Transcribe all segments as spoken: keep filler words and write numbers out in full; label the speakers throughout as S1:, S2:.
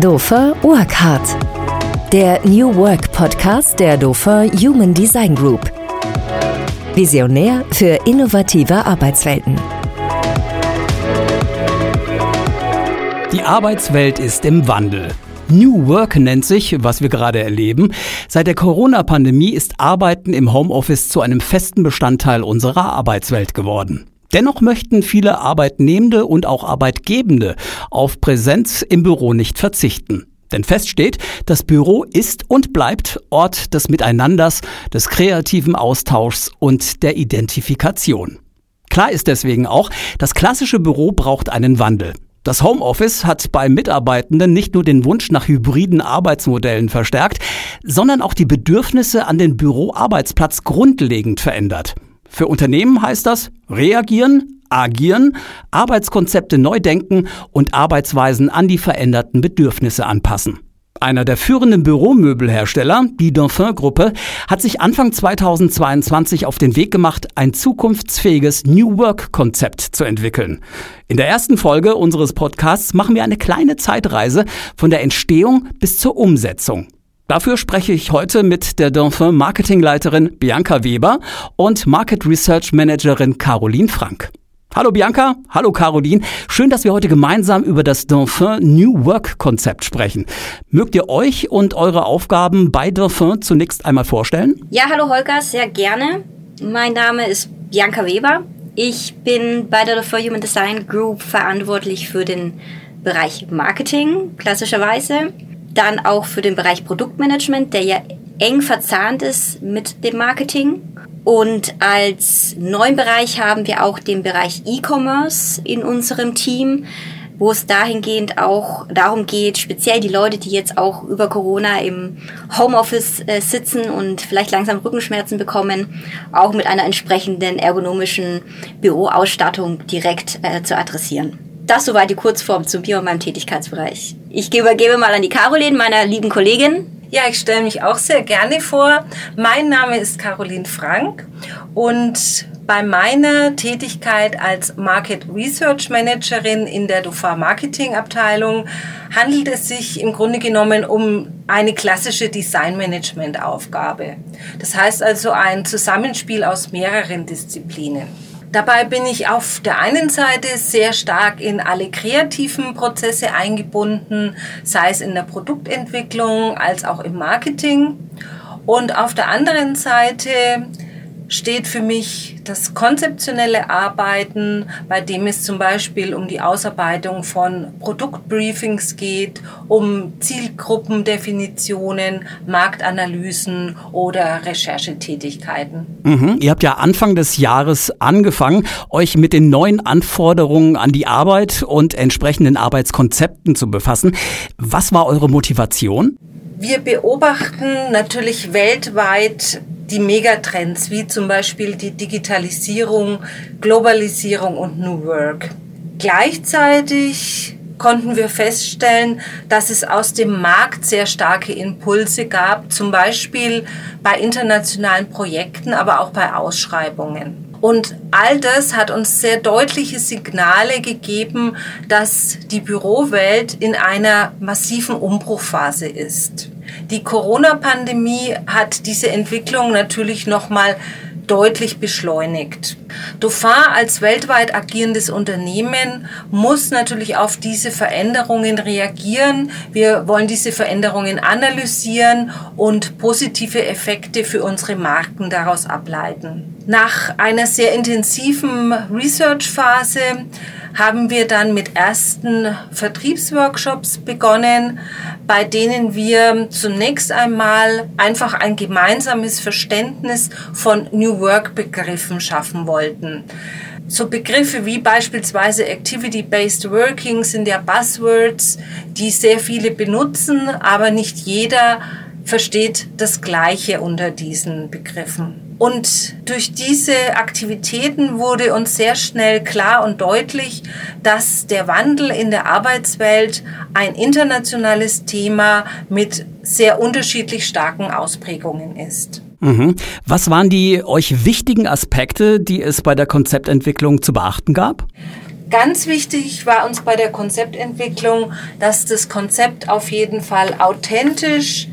S1: Dauphin Work Hard, der New Work Podcast der Dauphin Human Design Group. Visionär für innovative Arbeitswelten.
S2: Die Arbeitswelt ist im Wandel. New Work nennt sich, was wir gerade erleben. Seit der Corona-Pandemie ist Arbeiten im Homeoffice zu einem festen Bestandteil unserer Arbeitswelt geworden. Dennoch möchten viele Arbeitnehmende und auch Arbeitgebende auf Präsenz im Büro nicht verzichten. Denn fest steht, das Büro ist und bleibt Ort des Miteinanders, des kreativen Austauschs und der Identifikation. Klar ist deswegen auch, das klassische Büro braucht einen Wandel. Das Homeoffice hat bei Mitarbeitenden nicht nur den Wunsch nach hybriden Arbeitsmodellen verstärkt, sondern auch die Bedürfnisse an den Büroarbeitsplatz grundlegend verändert. Für Unternehmen heißt das reagieren, agieren, Arbeitskonzepte neu denken und Arbeitsweisen an die veränderten Bedürfnisse anpassen. Einer der führenden Büromöbelhersteller, die Dauphin-Gruppe, hat sich Anfang zweitausendzweiundzwanzig auf den Weg gemacht, ein zukunftsfähiges New Work-Konzept zu entwickeln. In der ersten Folge unseres Podcasts machen wir eine kleine Zeitreise von der Entstehung bis zur Umsetzung. Dafür spreche ich heute mit der Dauphin-Marketingleiterin Bianca Weber und Market Research Managerin Caroline Frank. Hallo Bianca, hallo Caroline. Schön, dass wir heute gemeinsam über das Dauphin New Work Konzept sprechen. Mögt ihr euch und eure Aufgaben bei Dauphin zunächst einmal vorstellen?
S3: Ja, hallo Holger, sehr gerne. Mein Name ist Bianca Weber. Ich bin bei der Dauphin Human Design Group verantwortlich für den Bereich Marketing, klassischerweise. Dann auch für den Bereich Produktmanagement, der ja eng verzahnt ist mit dem Marketing. Und als neuen Bereich haben wir auch den Bereich E-Commerce in unserem Team, wo es dahingehend auch darum geht, speziell die Leute, die jetzt auch über Corona im Homeoffice äh, sitzen und vielleicht langsam Rückenschmerzen bekommen, auch mit einer entsprechenden ergonomischen Büroausstattung direkt äh, zu adressieren. Das soweit die Kurzform zu mir und meinem Tätigkeitsbereich. Ich übergebe mal an die Caroline, meiner lieben Kollegin.
S4: Ja, ich stelle mich auch sehr gerne vor. Mein Name ist Caroline Frank und bei meiner Tätigkeit als Market Research Managerin in der Dauphin Marketing Abteilung handelt es sich im Grunde genommen um eine klassische Design-Management-Aufgabe. Das heißt also ein Zusammenspiel aus mehreren Disziplinen. Dabei bin ich auf der einen Seite sehr stark in alle kreativen Prozesse eingebunden, sei es in der Produktentwicklung als auch im Marketing. Und auf der anderen Seite steht für mich das konzeptionelle Arbeiten, bei dem es zum Beispiel um die Ausarbeitung von Produktbriefings geht, um Zielgruppendefinitionen, Marktanalysen oder Recherchetätigkeiten.
S2: Mhm. Ihr habt ja Anfang des Jahres angefangen, euch mit den neuen Anforderungen an die Arbeit und entsprechenden Arbeitskonzepten zu befassen. Was war eure Motivation?
S4: Wir beobachten natürlich weltweit die Megatrends, wie zum Beispiel die Digitalisierung, Globalisierung und New Work. Gleichzeitig konnten wir feststellen, dass es aus dem Markt sehr starke Impulse gab, zum Beispiel bei internationalen Projekten, aber auch bei Ausschreibungen. Und all das hat uns sehr deutliche Signale gegeben, dass die Bürowelt in einer massiven Umbruchphase ist. Die Corona-Pandemie hat diese Entwicklung natürlich nochmal deutlich beschleunigt. Dauphin als weltweit agierendes Unternehmen muss natürlich auf diese Veränderungen reagieren. Wir wollen diese Veränderungen analysieren und positive Effekte für unsere Marken daraus ableiten. Nach einer sehr intensiven Research-Phase haben wir dann mit ersten Vertriebsworkshops begonnen, bei denen wir zunächst einmal einfach ein gemeinsames Verständnis von New Work-Begriffen schaffen wollten. So Begriffe wie beispielsweise Activity-Based Working sind ja Buzzwords, die sehr viele benutzen, aber nicht jeder versteht das Gleiche unter diesen Begriffen. Und durch diese Aktivitäten wurde uns sehr schnell klar und deutlich, dass der Wandel in der Arbeitswelt ein internationales Thema mit sehr unterschiedlich starken Ausprägungen ist.
S2: Mhm. Was waren die euch wichtigen Aspekte, die es bei der Konzeptentwicklung zu beachten gab?
S4: Ganz wichtig war uns bei der Konzeptentwicklung, dass das Konzept auf jeden Fall authentisch,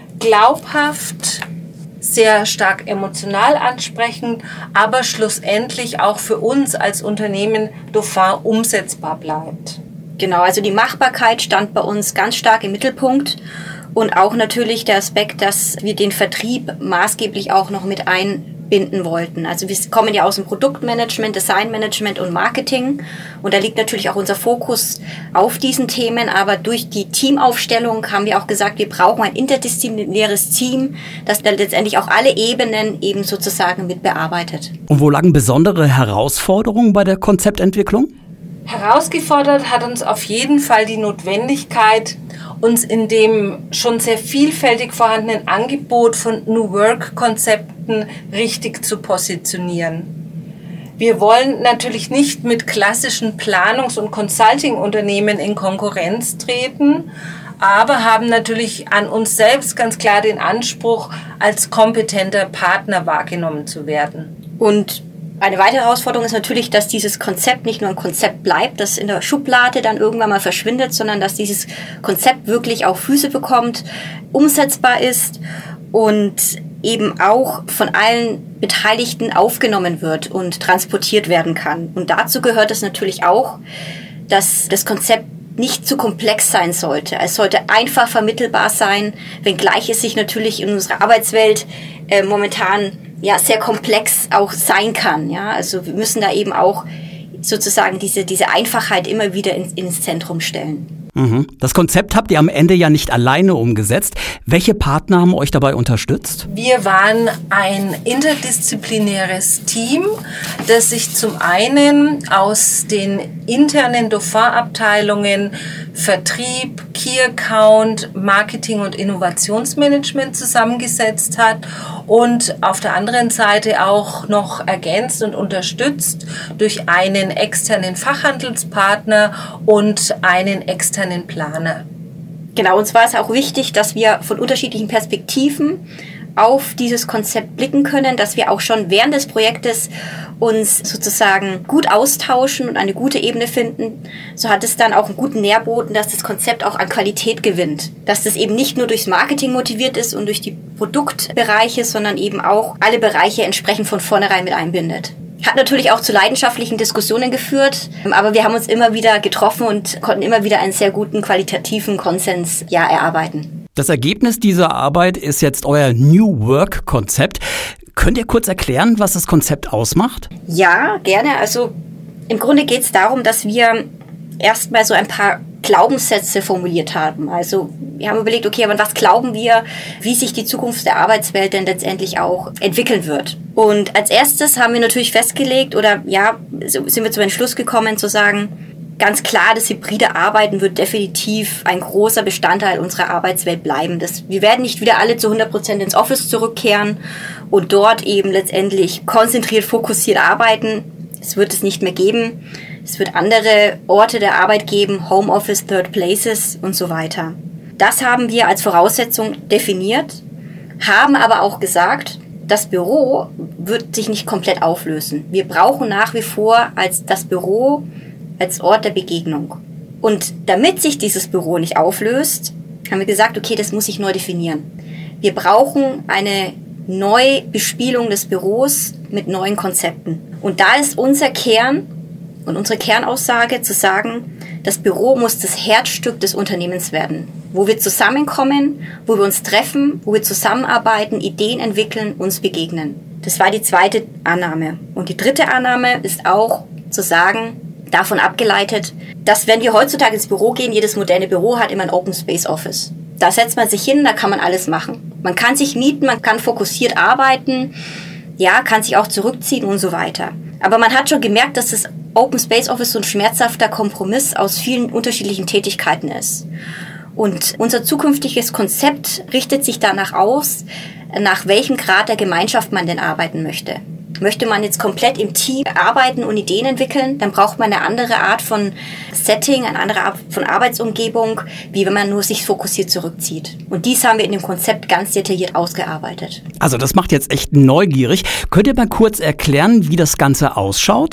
S4: glaubhaft, sehr stark emotional ansprechend, aber schlussendlich auch für uns als Unternehmen Dauphin umsetzbar bleibt.
S3: Genau, also die Machbarkeit stand bei uns ganz stark im Mittelpunkt und auch natürlich der Aspekt, dass wir den Vertrieb maßgeblich auch noch mit einbinden wollten. Also wir kommen ja aus dem Produktmanagement, Designmanagement und Marketing und da liegt natürlich auch unser Fokus auf diesen Themen, aber durch die Teamaufstellung haben wir auch gesagt, wir brauchen ein interdisziplinäres Team, das dann letztendlich auch alle Ebenen eben sozusagen mit bearbeitet.
S2: Und wo lagen besondere Herausforderungen bei der Konzeptentwicklung?
S4: Herausgefordert hat uns auf jeden Fall die Notwendigkeit, uns in dem schon sehr vielfältig vorhandenen Angebot von New Work-Konzepten richtig zu positionieren. Wir wollen natürlich nicht mit klassischen Planungs- und Consulting-Unternehmen in Konkurrenz treten, aber haben natürlich an uns selbst ganz klar den Anspruch, als kompetenter Partner wahrgenommen zu werden.
S3: Und eine weitere Herausforderung ist natürlich, dass dieses Konzept nicht nur ein Konzept bleibt, das in der Schublade dann irgendwann mal verschwindet, sondern dass dieses Konzept wirklich auch Füße bekommt, umsetzbar ist und eben auch von allen Beteiligten aufgenommen wird und transportiert werden kann. Und dazu gehört es natürlich auch, dass das Konzept nicht zu komplex sein sollte. Es sollte einfach vermittelbar sein, wenngleich es sich natürlich in unserer Arbeitswelt äh, momentan ja sehr komplex auch sein kann. Ja, also wir müssen da eben auch sozusagen diese diese Einfachheit immer wieder ins, ins Zentrum stellen.
S2: Mhm. Das Konzept habt ihr am Ende ja nicht alleine umgesetzt. Welche Partner haben euch dabei unterstützt?
S4: Wir waren ein interdisziplinäres Team, das sich zum einen aus den internen Dauphin-Abteilungen Vertrieb, Key Account, Marketing und Innovationsmanagement zusammengesetzt hat und auf der anderen Seite auch noch ergänzt und unterstützt durch einen externen Fachhandelspartner und einen externen Planer.
S3: Genau, uns war es auch wichtig, dass wir von unterschiedlichen Perspektiven auf dieses Konzept blicken können, dass wir auch schon während des Projektes uns sozusagen gut austauschen und eine gute Ebene finden. So hat es dann auch einen guten Nährboden, dass das Konzept auch an Qualität gewinnt. Dass das eben nicht nur durchs Marketing motiviert ist und durch die Produktbereiche, sondern eben auch alle Bereiche entsprechend von vornherein mit einbindet. Hat natürlich auch zu leidenschaftlichen Diskussionen geführt, aber wir haben uns immer wieder getroffen und konnten immer wieder einen sehr guten qualitativen Konsens ja erarbeiten.
S2: Das Ergebnis dieser Arbeit ist jetzt euer New Work-Konzept. Könnt ihr kurz erklären, was das Konzept ausmacht?
S3: Ja, gerne. Also im Grunde geht es darum, dass wir erstmal so ein paar Glaubenssätze formuliert haben. Also wir haben überlegt, okay, aber was glauben wir, wie sich die Zukunft der Arbeitswelt denn letztendlich auch entwickeln wird? Und als erstes haben wir natürlich festgelegt oder ja, sind wir zum Entschluss gekommen zu sagen, ganz klar, das hybride Arbeiten wird definitiv ein großer Bestandteil unserer Arbeitswelt bleiben. Das, wir werden nicht wieder alle zu hundert Prozent ins Office zurückkehren und dort eben letztendlich konzentriert, fokussiert arbeiten. Es wird es nicht mehr geben. Es wird andere Orte der Arbeit geben, Homeoffice, Third Places und so weiter. Das haben wir als Voraussetzung definiert, haben aber auch gesagt, das Büro wird sich nicht komplett auflösen. Wir brauchen nach wie vor als das Büro als Ort der Begegnung. Und damit sich dieses Büro nicht auflöst, haben wir gesagt, okay, das muss sich neu definieren. Wir brauchen eine Neubespielung des Büros mit neuen Konzepten. Und da ist unser Kern und unsere Kernaussage zu sagen, das Büro muss das Herzstück des Unternehmens werden, wo wir zusammenkommen, wo wir uns treffen, wo wir zusammenarbeiten, Ideen entwickeln, uns begegnen. Das war die zweite Annahme. Und die dritte Annahme ist auch zu sagen, davon abgeleitet, dass wenn wir heutzutage ins Büro gehen, jedes moderne Büro hat immer ein Open Space Office. Da setzt man sich hin, da kann man alles machen. Man kann sich mieten, man kann fokussiert arbeiten, ja, kann sich auch zurückziehen und so weiter. Aber man hat schon gemerkt, dass das Open Space Office so ein schmerzhafter Kompromiss aus vielen unterschiedlichen Tätigkeiten ist. Und unser zukünftiges Konzept richtet sich danach aus, nach welchem Grad der Gemeinschaft man denn arbeiten möchte. Möchte man jetzt komplett im Team arbeiten und Ideen entwickeln, dann braucht man eine andere Art von Setting, eine andere Art von Arbeitsumgebung, wie wenn man nur sich fokussiert zurückzieht. Und dies haben wir in dem Konzept ganz detailliert ausgearbeitet.
S2: Also das macht jetzt echt neugierig. Könnt ihr mal kurz erklären, wie das Ganze ausschaut?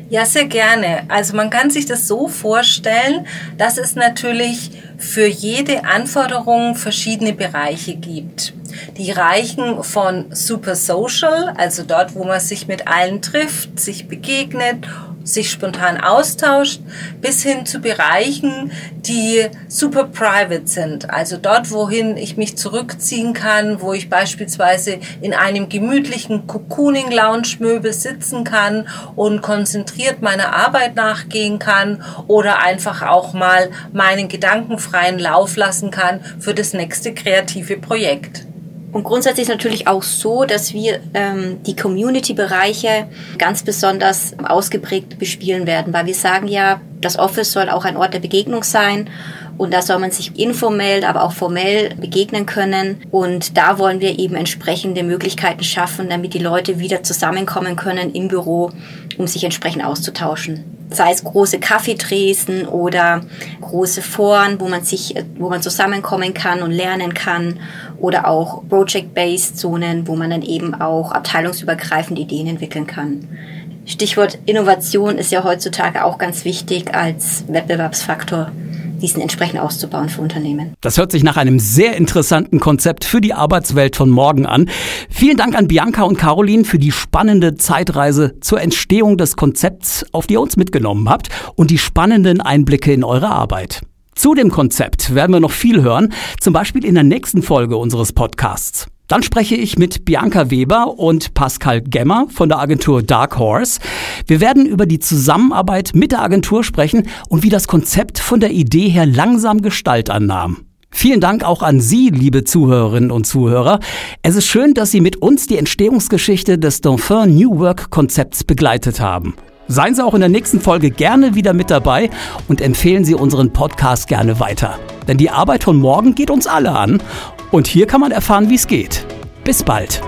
S4: Ja, sehr gerne. Also man kann sich das so vorstellen, dass es natürlich für jede Anforderung verschiedene Bereiche gibt. Die reichen von super social, also dort, wo man sich mit allen trifft, sich begegnet, sich spontan austauscht, bis hin zu Bereichen, die super private sind. Also dort, wohin ich mich zurückziehen kann, wo ich beispielsweise in einem gemütlichen Cocooning-Lounge-Möbel sitzen kann und konzentriert meiner Arbeit nachgehen kann oder einfach auch mal meinen gedankenfreien Lauf lassen kann für das nächste kreative Projekt.
S3: Und grundsätzlich ist natürlich auch so, dass wir ähm, die Community-Bereiche ganz besonders ausgeprägt bespielen werden, weil wir sagen ja, das Office soll auch ein Ort der Begegnung sein und da soll man sich informell, aber auch formell begegnen können und da wollen wir eben entsprechende Möglichkeiten schaffen, damit die Leute wieder zusammenkommen können im Büro, um sich entsprechend auszutauschen. Sei es große Kaffeetresen oder große Foren, wo man sich, wo man zusammenkommen kann und lernen kann, oder auch Project-Based Zonen, wo man dann eben auch abteilungsübergreifend Ideen entwickeln kann. Stichwort Innovation ist ja heutzutage auch ganz wichtig als Wettbewerbsfaktor, diesen entsprechend auszubauen für Unternehmen.
S2: Das hört sich nach einem sehr interessanten Konzept für die Arbeitswelt von morgen an. Vielen Dank an Bianca und Caroline für die spannende Zeitreise zur Entstehung des Konzepts, auf die ihr uns mitgenommen habt und die spannenden Einblicke in eure Arbeit. Zu dem Konzept werden wir noch viel hören, zum Beispiel in der nächsten Folge unseres Podcasts. Dann spreche ich mit Bianca Weber und Pascal Gemmer von der Agentur Dark Horse. Wir werden über die Zusammenarbeit mit der Agentur sprechen und wie das Konzept von der Idee her langsam Gestalt annahm. Vielen Dank auch an Sie, liebe Zuhörerinnen und Zuhörer. Es ist schön, dass Sie mit uns die Entstehungsgeschichte des Dauphin New Work Konzepts begleitet haben. Seien Sie auch in der nächsten Folge gerne wieder mit dabei und empfehlen Sie unseren Podcast gerne weiter. Denn die Arbeit von morgen geht uns alle an und hier kann man erfahren, wie es geht. Bis bald.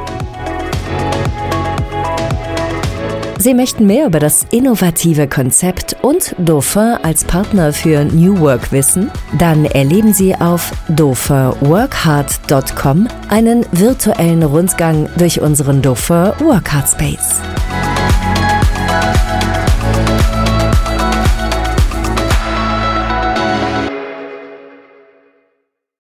S1: Sie möchten mehr über das innovative Konzept und Dauphin als Partner für New Work wissen? Dann erleben Sie auf dauphin workhard punkt com einen virtuellen Rundgang durch unseren Dauphin Workhard Space.